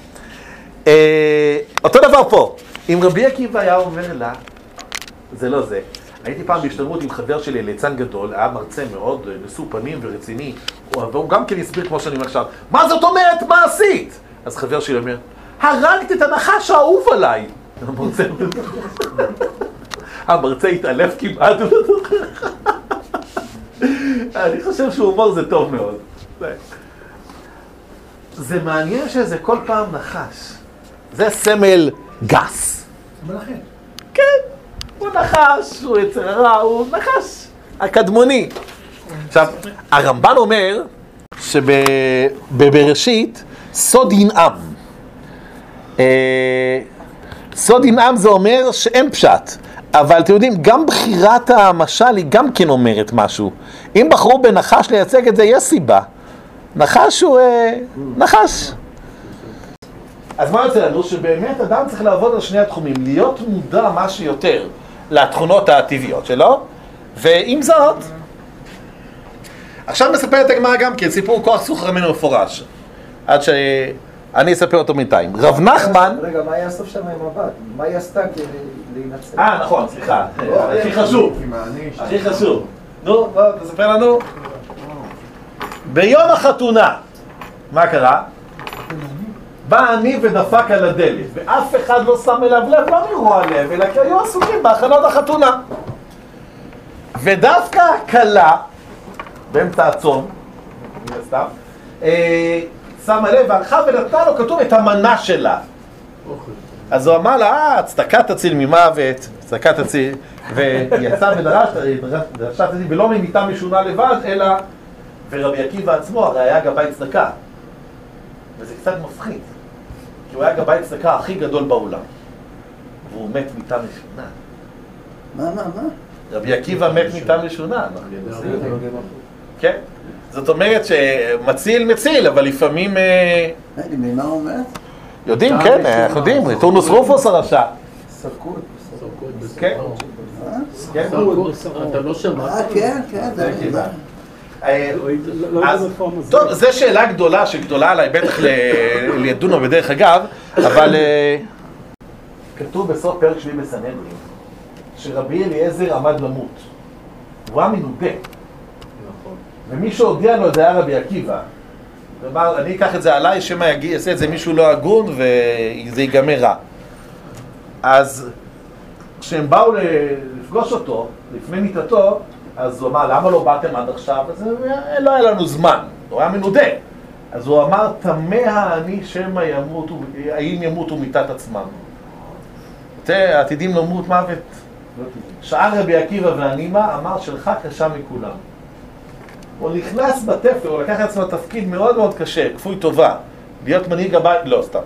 אותו דבר פה. אם רבי עקיבא היה אומר לה, זה לא זה. הייתי פעם בהשתלמות עם חבר שלי, ליצן גדול, היה מרצה מאוד נשוא פנים ורציני, והוא גם כן הסביר כמו שאני אומר עכשיו, מה זאת אומרת? מה עשית? אז חבר שלי אומר, הרגת את הנחש האהוב עליי. המרצה התעלף כמעט. אני חושב שהומור זה טוב מאוד. זה מעניין שזה כל פעם נחש. זה סמל גס. מלאכן. כן, הוא נחש, הוא יצר הרע, הוא נחש, הקדמוני. עכשיו, הרמב"ן אומר שבבראשית סוד ינעם. סוד ינעם זה אומר שאין פשט. אבל אתם יודעים, גם בחירת המשל היא גם כן אומרת משהו. אם בחרו בנחש לייצג את זה, יש סיבה. נחש הוא נחש. אז מה יוצא לנו? שבאמת אדם צריך לעבוד על שני התחומים, להיות מודע מה שיותר לתכונות הטבעיות שלו, ועם זאת, עכשיו מספר את הגמרא גם כן, סיפור כוח סוחר ממנו מפורש, עד שאני אספר אותו בינתיים. רב נחמן... רגע, מה היה הסוף שם עם הבת? מה היא עשתה כדי להינצל? נכון, סליחה, הכי חשוב, הכי חשוב. נו, תספר לנו. ביום החתונה, מה קרה? בא אני ודפק על הדלת, ואף אחד לא שם אליו לב, לא מרוע לב, אלא כי היו עסוקים בהכנות החתונה. ודווקא הכלה, באמצע הצום, שמה לב והלכה ונתנה לו, כתוב, את המנה שלה. אז הוא אמר לה, צדקה תציל ממוות, צדקה תציל, ויצא ודרשה תציל, ולא ממיתה משונה לבד, אלא, ורבי עקיבא עצמו, הרי היה גבאי צדקה. וזה קצת מפחיד, כי הוא היה גבאי צדקה הכי גדול בעולם. והוא מת מיתה משונה. מה? רבי עקיבא מת מיתה משונה. כן. זאת אומרת שמציל, אבל לפעמים... ממה הוא מת? יודעים, כן, אנחנו יודעים, טורנוס רופוס הרשע. סרקוד. כן. אתה לא שמעת? כן, זה טוב, זו שאלה גדולה, שגדולה עליי, בטח לידונו בדרך אגב, אבל כתוב בסוף פרק שביעי בסנהדרין, שרבי אליעזר עמד למות. הוא היה מנודה. ומי שהודיע לו, זה היה רבי עקיבא. כלומר, אני אקח את זה עליי, שמה יעשה את זה מישהו לא הגון, וזה ייגמר רע. אז כשהם באו לפגוש אותו, לפני מיטתו, אז הוא אמר, למה לא באתם עד עכשיו? אז לא היה לנו זמן, הוא היה מנודה. אז הוא אמר, תמה אני שמא ימותו, האם ימותו מיתת עצמם. עתידים למות מוות. שאל רבי עקיבא והנימה, אמר, שלך קשה מכולם. הוא נכנס בתפר, הוא לקח לעצמו תפקיד מאוד מאוד קשה, כפוי טובה, להיות מנהיג הבית, לא, סתם.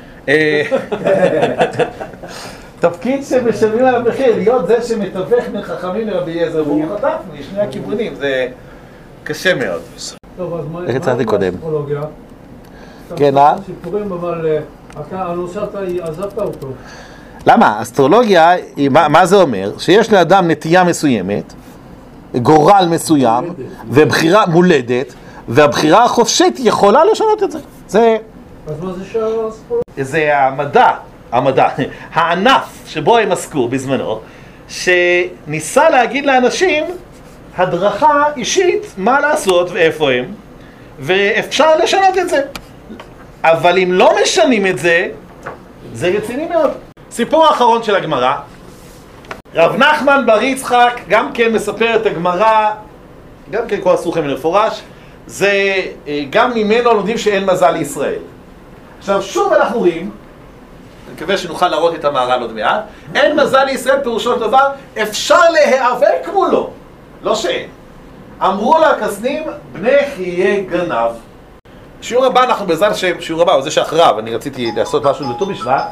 תפקיד שמשלמים על המחיר, להיות זה שמתווך בין חכמים לרבי אליעזר, והוא חטף משני הכיוונים, זה קשה מאוד. טוב, אז מה איך הצעתי קודם? הפסיכולוגיה? כן, סיפורים, אבל הנושא אתה עזבת אותו. למה? אסטרולוגיה, מה זה אומר? שיש לאדם נטייה מסוימת, גורל מסוים, ובחירה מולדת, והבחירה החופשית יכולה לשנות את זה. זה... אז מה זה שער האסטרולוגיה? זה המדע, הענף שבו הם עסקו בזמנו, שניסה להגיד לאנשים הדרכה אישית מה לעשות ואיפה הם, ואפשר לשנות את זה. אבל אם לא משנים את זה, זה רציני מאוד. סיפור האחרון של הגמרא, רב נחמן בר יצחק גם כן מספר את הגמרא, גם כן כל הסוכם מפורש, זה גם ממנו לומדים שאין מזל לישראל. עכשיו שוב אנחנו רואים, אני מקווה שנוכל להראות את המהר"ל עוד מעט, אין מזל לישראל פירושו של דבר, אפשר להיאבק מולו, לא שאין. אמרו לה הכסנים, בנך יהיה גנב. שיעור הבא אנחנו בעזרת השם, שיעור הבא, זה שאחריו, אני רציתי לעשות משהו לט"ו בשבט,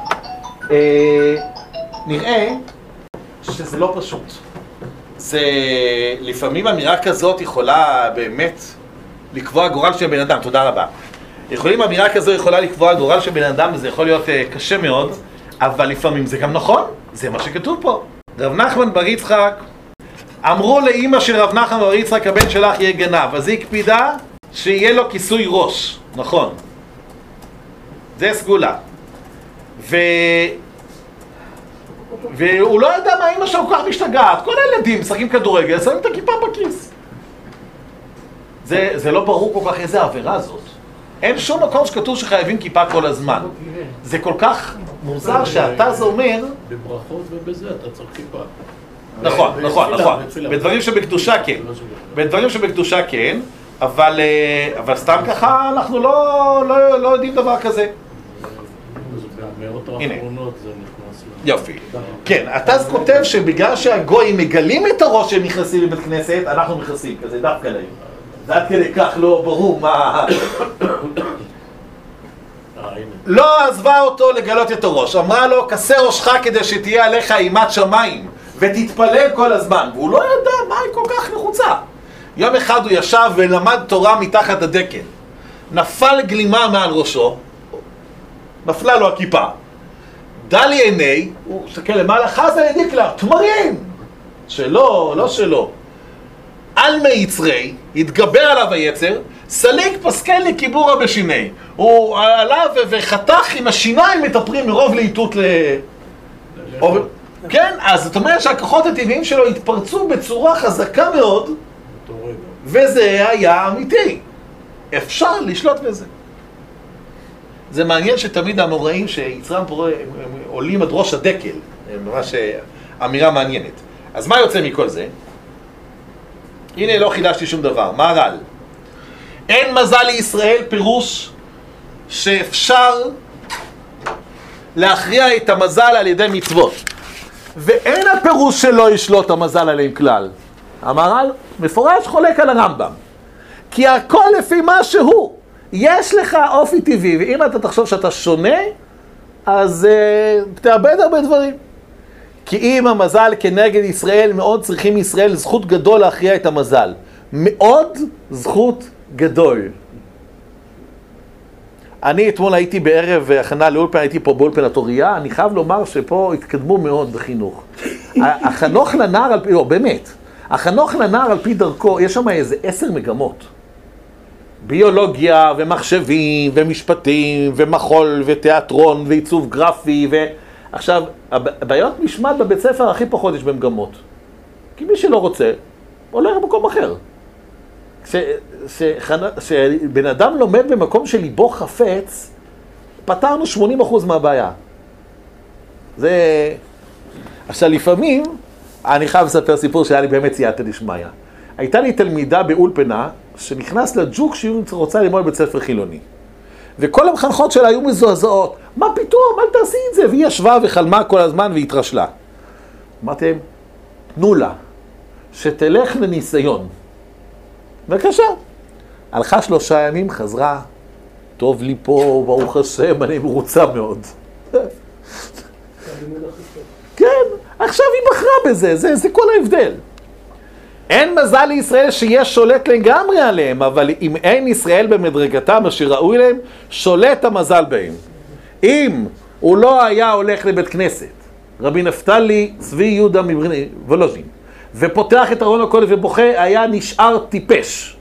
נראה שזה לא פשוט. זה לפעמים אמירה כזאת יכולה באמת לקבוע גורל של בן אדם, תודה רבה. יכולים אמירה כזו יכולה לקבוע גורל של בן אדם, וזה יכול להיות קשה מאוד, אבל לפעמים זה גם נכון, זה מה שכתוב פה. רב נחמן בר יצחק, אמרו לאמא של רב נחמן בר יצחק, הבן שלך יהיה גנב, אז היא הקפידה שיהיה לו כיסוי ראש, נכון. זה סגולה. והוא לא ידע מה אמא שלו כל כך משתגעת, כל הילדים משחקים כדורגל, שמים את הכיפה בכיס. זה לא ברור כל כך איזה עבירה זאת. אין שום מקום שכתוב שחייבים כיפה כל הזמן. זה כל כך מוזר שאתה זה אומר... בברכות ובזה אתה צריך כיפה. נכון. בדברים שבקדושה כן. בדברים שבקדושה כן, אבל סתם ככה אנחנו לא יודעים דבר כזה. במאות האחרונות זה נכנס. יופי. כן, אתה כותב שבגלל שהגויים מגלים את הראש שהם נכנסים לבית כנסת, אנחנו נכנסים, כזה דווקא להם. זה עד כדי כך לא ברור מה... לא עזבה אותו לגלות את הראש, אמרה לו, כסה ראשך כדי שתהיה עליך אימת שמיים ותתפלל כל הזמן, והוא לא ידע מה היא כל כך נחוצה. יום אחד הוא ישב ולמד תורה מתחת הדקל, נפל גלימה מעל ראשו, נפלה לו הכיפה, דלי עיני, הוא מסתכל למעלה, חז על ידי כלל, תמרים, שלא, לא שלא, על מיצרי, התגבר עליו היצר, סליק פסקל לקיבורה בשיני. הוא עליו וחתך עם השיניים מטפרים מרוב לעיתות כן, אז זאת אומרת שהכוחות הטבעיים שלו התפרצו בצורה חזקה מאוד, וזה היה אמיתי. אפשר לשלוט בזה. זה מעניין שתמיד המוראים שיצרם פה עולים עד ראש הדקל. ממש אמירה מעניינת. אז מה יוצא מכל זה? הנה לא חידשתי שום דבר, מהר"ל. אין מזל לישראל פירוש שאפשר להכריע את המזל על ידי מצוות. ואין הפירוש שלא ישלוט המזל עליהם כלל. המהר"ל מפורש חולק על הרמב"ם. כי הכל לפי מה שהוא. יש לך אופי טבעי, ואם אתה תחשוב שאתה שונה, אז תאבד הרבה דברים. כי אם המזל כנגד ישראל, מאוד צריכים ישראל זכות גדול להכריע את המזל. מאוד זכות גדול. אני אתמול הייתי בערב הכנה לאולפן, הייתי פה באולפן התוריה, אני חייב לומר שפה התקדמו מאוד בחינוך. החנוך לנער על פי, לא, באמת, החנוך לנער על פי דרכו, יש שם איזה 10 מגמות. ביולוגיה ומחשבים ומשפטים ומחול ותיאטרון ועיצוב גרפי עכשיו, הבעיות משמעת בבית ספר הכי פחות יש במגמות. כי מי שלא רוצה, הולך במקום אחר. כשבן אדם לומד במקום שליבו חפץ, פתרנו 80% מהבעיה. זה... עכשיו, לפעמים, אני חייב לספר סיפור שהיה לי באמת סייעתא דשמיא. הייתה לי תלמידה באולפנה, שנכנס לג'וק שהיא רוצה ללמוד בבית ספר חילוני. וכל המחנכות שלה היו מזועזעות. מה פתאום? אל תעשי את זה. והיא ישבה וחלמה כל הזמן והתרשלה. אמרתם, תנו לה, שתלך לניסיון. בבקשה. הלכה 3 ימים, חזרה, טוב לי פה, ברוך השם, אני מרוצה מאוד. כן, עכשיו היא בחרה בזה, זה כל ההבדל. אין מזל לישראל שיש שולט לגמרי עליהם, אבל אם אין ישראל במדרגתם אשר ראוי להם, שולט המזל בהם. אם הוא לא היה הולך לבית כנסת, רבי נפתלי צבי יהודה מוולוז'ין, ופותח את ארון הקודש ובוכה, היה נשאר טיפש.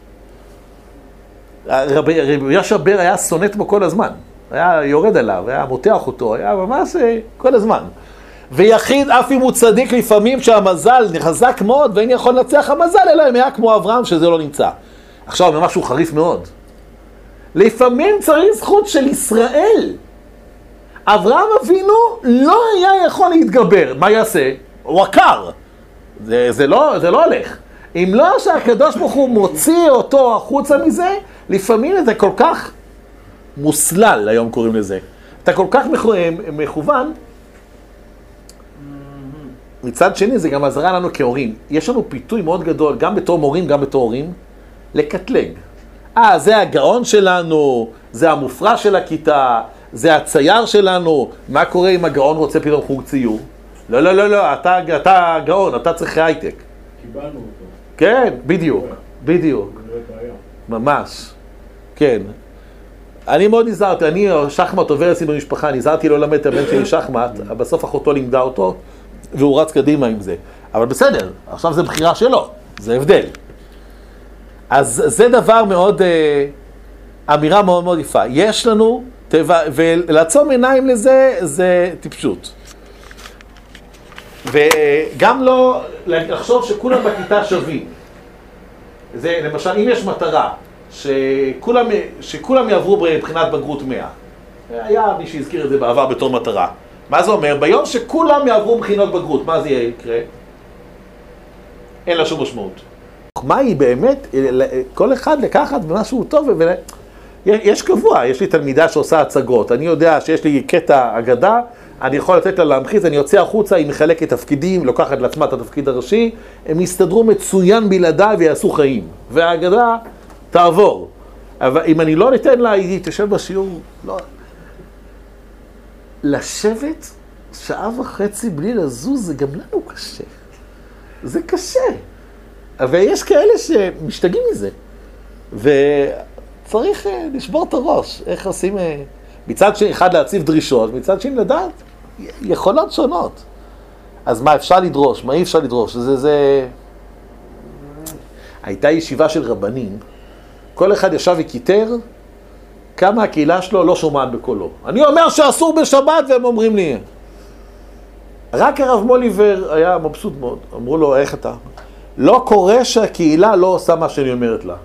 רבי ישע בר היה סונט בו כל הזמן. היה יורד עליו, היה מותח אותו, היה ממש כל הזמן. ויחיד, אף אם הוא צדיק לפעמים שהמזל חזק מאוד ואין יכול לנצח המזל, אלא אם היה כמו אברהם שזה לא נמצא. עכשיו, משהו חריף מאוד. לפעמים צריך זכות של ישראל. אברהם אבינו לא היה יכול להתגבר. מה יעשה? הוא עקר. זה לא הולך. אם לא שהקדוש ברוך הוא מוציא אותו החוצה מזה, לפעמים זה כל כך מוסלל, היום קוראים לזה. אתה כל כך מכוון, מצד שני זה גם עזרה לנו כהורים. יש לנו פיתוי מאוד גדול, גם בתור מורים, גם בתור הורים, לקטלג. זה הגאון שלנו, זה המופרע של הכיתה, זה הצייר שלנו. מה קורה אם הגאון רוצה פתאום חוג ציור? לא, אתה גאון, אתה צריך הייטק. קיבלנו אותו. כן, בדיוק. ממש. כן. אני מאוד נזהרתי, אני שחמט עובר אצלי במשפחה, נזהרתי לא למד את הבן שלי שחמט, בסוף אחותו לימדה אותו, והוא רץ קדימה עם זה. אבל בסדר, עכשיו זה בחירה שלו, זה הבדל. אז זה דבר מאוד, אמירה מאוד מאוד יפה. יש לנו טבע, ולעצום עיניים לזה, זה טיפשות. וגם לא לחשוב שכולם בכיתה שווים. זה, למשל, אם יש מטרה, שכולם יעברו בבחינת בגרות 100. היה מי שהזכיר את זה בעבר בתור מטרה. מה זה אומר? ביום שכולם יעברו בחינות בגרות, מה זה יקרה? אין לה שום משמעות. מה היא באמת, כל אחד לקחת במשהו טוב, יש קבוע, יש לי תלמידה שעושה הצגות, אני יודע שיש לי קטע אגדה, אני יכול לתת לה להמחיז, אני יוצא החוצה, היא מחלקת תפקידים, לוקחת לעצמה את התפקיד הראשי, הם יסתדרו מצוין בלעדיי ויעשו חיים. והאגדה תעבור. אבל אם אני לא ניתן לה, היא תשב בשיעור, לא. לשבת שעה וחצי בלי לזוז, זה גם לנו קשה. זה קשה. ויש כאלה שמשתגעים מזה. וצריך לשבור את הראש. איך עושים, מצד אחד להציב דרישות, מצד שני לדעת, יכולות שונות. אז מה אפשר לדרוש? מה אי אפשר לדרוש? הייתה ישיבה של רבנים, כל אחד ישב וכיתר, כמה הקהילה שלו לא שומעת בקולו. אני אומר שאסור בשבת, והם אומרים לי. רק הרב מוליבר היה מבסוט מאוד. אמרו לו, איך אתה? לא קורה שהקהילה לא עושה מה שאני אומרת לה.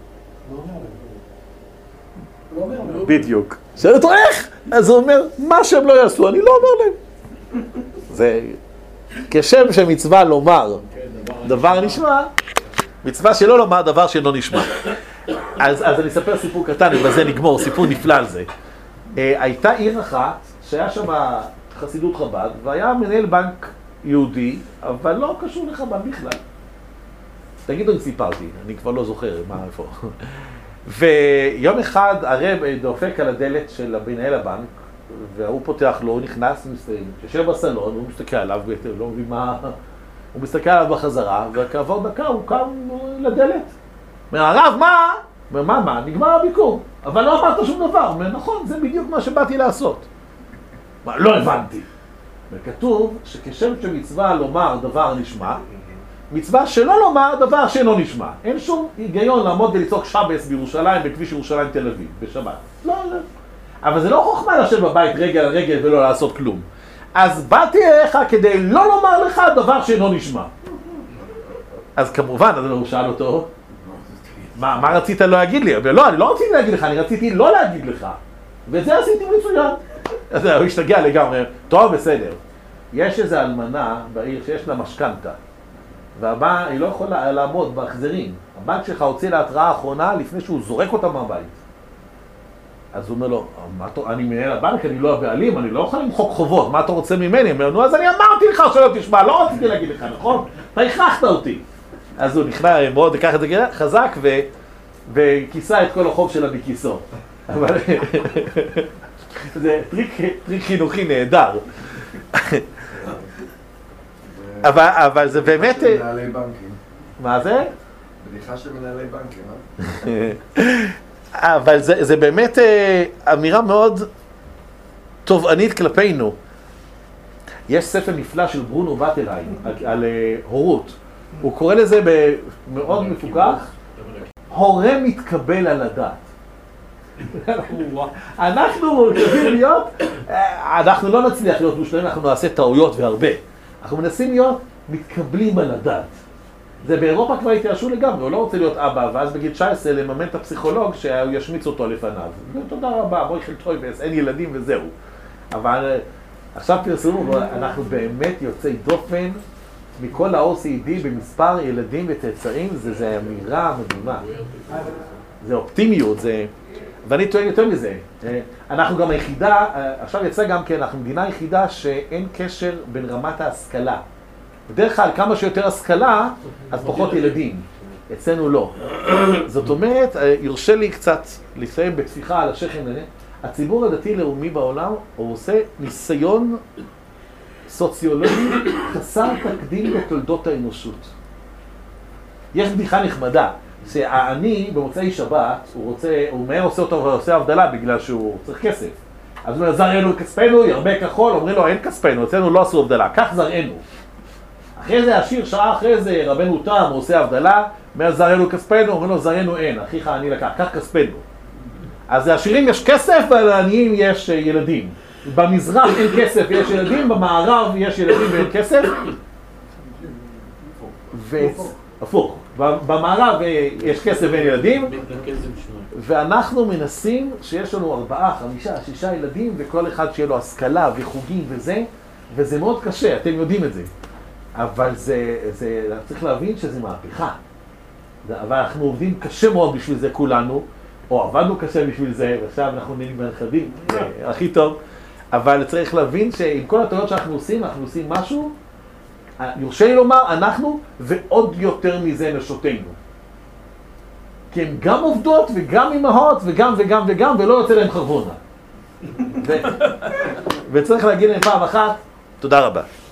לא אומר להם. בדיוק. שאלה אותו, איך? אז הוא אומר, מה שהם לא יעשו, אני לא אומר להם. זה כשם שמצווה לומר דבר נשמע, מצווה שלא לומר דבר שאינו נשמע. אז אני אספר סיפור קטן, ובזה נגמור, סיפור נפלא על זה. הייתה עיר אחת שהיה שם חסידות חב"ד, והיה מנהל בנק יהודי, אבל לא קשור לחב"ד בכלל. תגידו אם סיפרתי, אני כבר לא זוכר מה איפה. ויום אחד הרב דופק על הדלת של מנהל הבנק, והוא פותח לו, הוא נכנס, יושב בסלון, הוא מסתכל עליו, לא מבין מה, הוא מסתכל עליו בחזרה, וכעבור דקה הוא קם לדלת. אומר, הרב, מה? אומר, מה? נגמר הביקור. אבל לא אמרת שום דבר. אומר, נכון, זה בדיוק מה שבאתי לעשות. מה, לא הבנתי. וכתוב שכשם שמצווה לומר דבר נשמע, מצווה שלא לומר דבר שאינו נשמע. אין שום היגיון לעמוד ולצעוק שבס בירושלים, בכביש ירושלים תל אביב, בשבת. לא. אבל זה לא חוכמה לשבת בבית רגל על רגל ולא לעשות כלום. אז באתי אליך כדי לא לומר לך דבר שאינו נשמע. אז כמובן, הוא שאל אותו, מה רצית לא להגיד לי? לא, אני לא רציתי להגיד לך, אני רציתי לא להגיד לך. וזה עשיתי מצוין. אז הוא השתגע לגמרי, טוב, בסדר. יש איזו אלמנה בעיר שיש לה משכנתה, והבנק, היא לא יכולה לעמוד בהחזרים. הבנק שלך הוציא לה התראה האחרונה לפני שהוא זורק אותה מהבית. אז הוא אומר לו, אני מנהל הבנק, אני לא הבעלים, אני לא יכול למחוק חובות, מה אתה רוצה ממני? הוא אומר, נו, אז אני אמרתי לך שלא תשמע, לא רציתי להגיד לך, נכון? אתה הכרחת אותי. אז הוא נכנע מאוד, לקח את זה חזק וכיסה את כל החוב שלה בכיסו. אבל זה טריק חינוכי נהדר. אבל זה באמת... מנהלי בנקים. מה זה? בדיחה של מנהלי בנקים, אבל זה באמת אמירה מאוד תובענית כלפינו. יש ספר נפלא של ברונו וטרהיים על הורות. הוא קורא לזה מאוד מפוקח, הורה מתקבל על הדעת. אנחנו מורכבים להיות, אנחנו לא נצליח להיות מושלמים, אנחנו נעשה טעויות והרבה. אנחנו מנסים להיות מתקבלים על הדעת. זה באירופה כבר התייאשו לגמרי, הוא לא רוצה להיות אבא, ואז בגיל 19 לממן את הפסיכולוג שהוא ישמיץ אותו לפניו. תודה רבה, מויכל טויבס, אין ילדים וזהו. אבל עכשיו פרסמו, אנחנו באמת יוצאי דופן מכל ה-OCD במספר ילדים וצאצאים, זה אמירה מדהימה. זה אופטימיות, זה... ואני טוען יותר מזה. אנחנו גם היחידה, עכשיו יצא גם כן, אנחנו מדינה היחידה שאין קשר בין רמת ההשכלה. בדרך כלל, כמה שיותר השכלה, אז פחות ילדים. אצלנו לא. זאת אומרת, ירשה לי קצת לסיים בטפיחה על השכם. הציבור הדתי-לאומי בעולם, הוא עושה ניסיון סוציולוגי חסר תקדים בתולדות האנושות. יש בדיחה נחמדה, שהעני במוצאי שבת, הוא מהר עושה אותו ועושה הבדלה בגלל שהוא צריך כסף. אז הוא אומר, זרענו כספנו, ירבה כחול, אומרים לו, אין כספנו, אצלנו לא עשו הבדלה, כך זרענו. אחרי זה השיר, שעה אחרי זה, רבנו תם, הוא עושה הבדלה, אומר, זרענו כספנו, אומרים לו, זרענו אין, אחיך אני לקח, כך כספנו. אז לעשירים יש כסף, ולעניים יש ילדים. במזרח אין כסף ויש ילדים, במערב יש ילדים ואין כסף. הפוך. במערב יש כסף ואין ילדים. ואנחנו מנסים שיש לנו 4, 5, 6 ילדים, וכל אחד שיהיה לו השכלה וחוגים וזה מאוד קשה, אתם יודעים את זה. אבל צריך להבין שזה מהפכה. אבל אנחנו עובדים קשה מאוד בשביל זה כולנו, או עבדנו קשה בשביל זה, ועכשיו אנחנו נהיים בנכדים, זה הכי טוב. אבל צריך להבין שעם כל הטעויות שאנחנו עושים משהו, יורשה לי לומר, אנחנו ועוד יותר מזה נשותינו. כי הן גם עובדות וגם אמהות וגם, ולא יוצא להם חרבונה. וצריך להגיד להם פעם אחת, תודה רבה.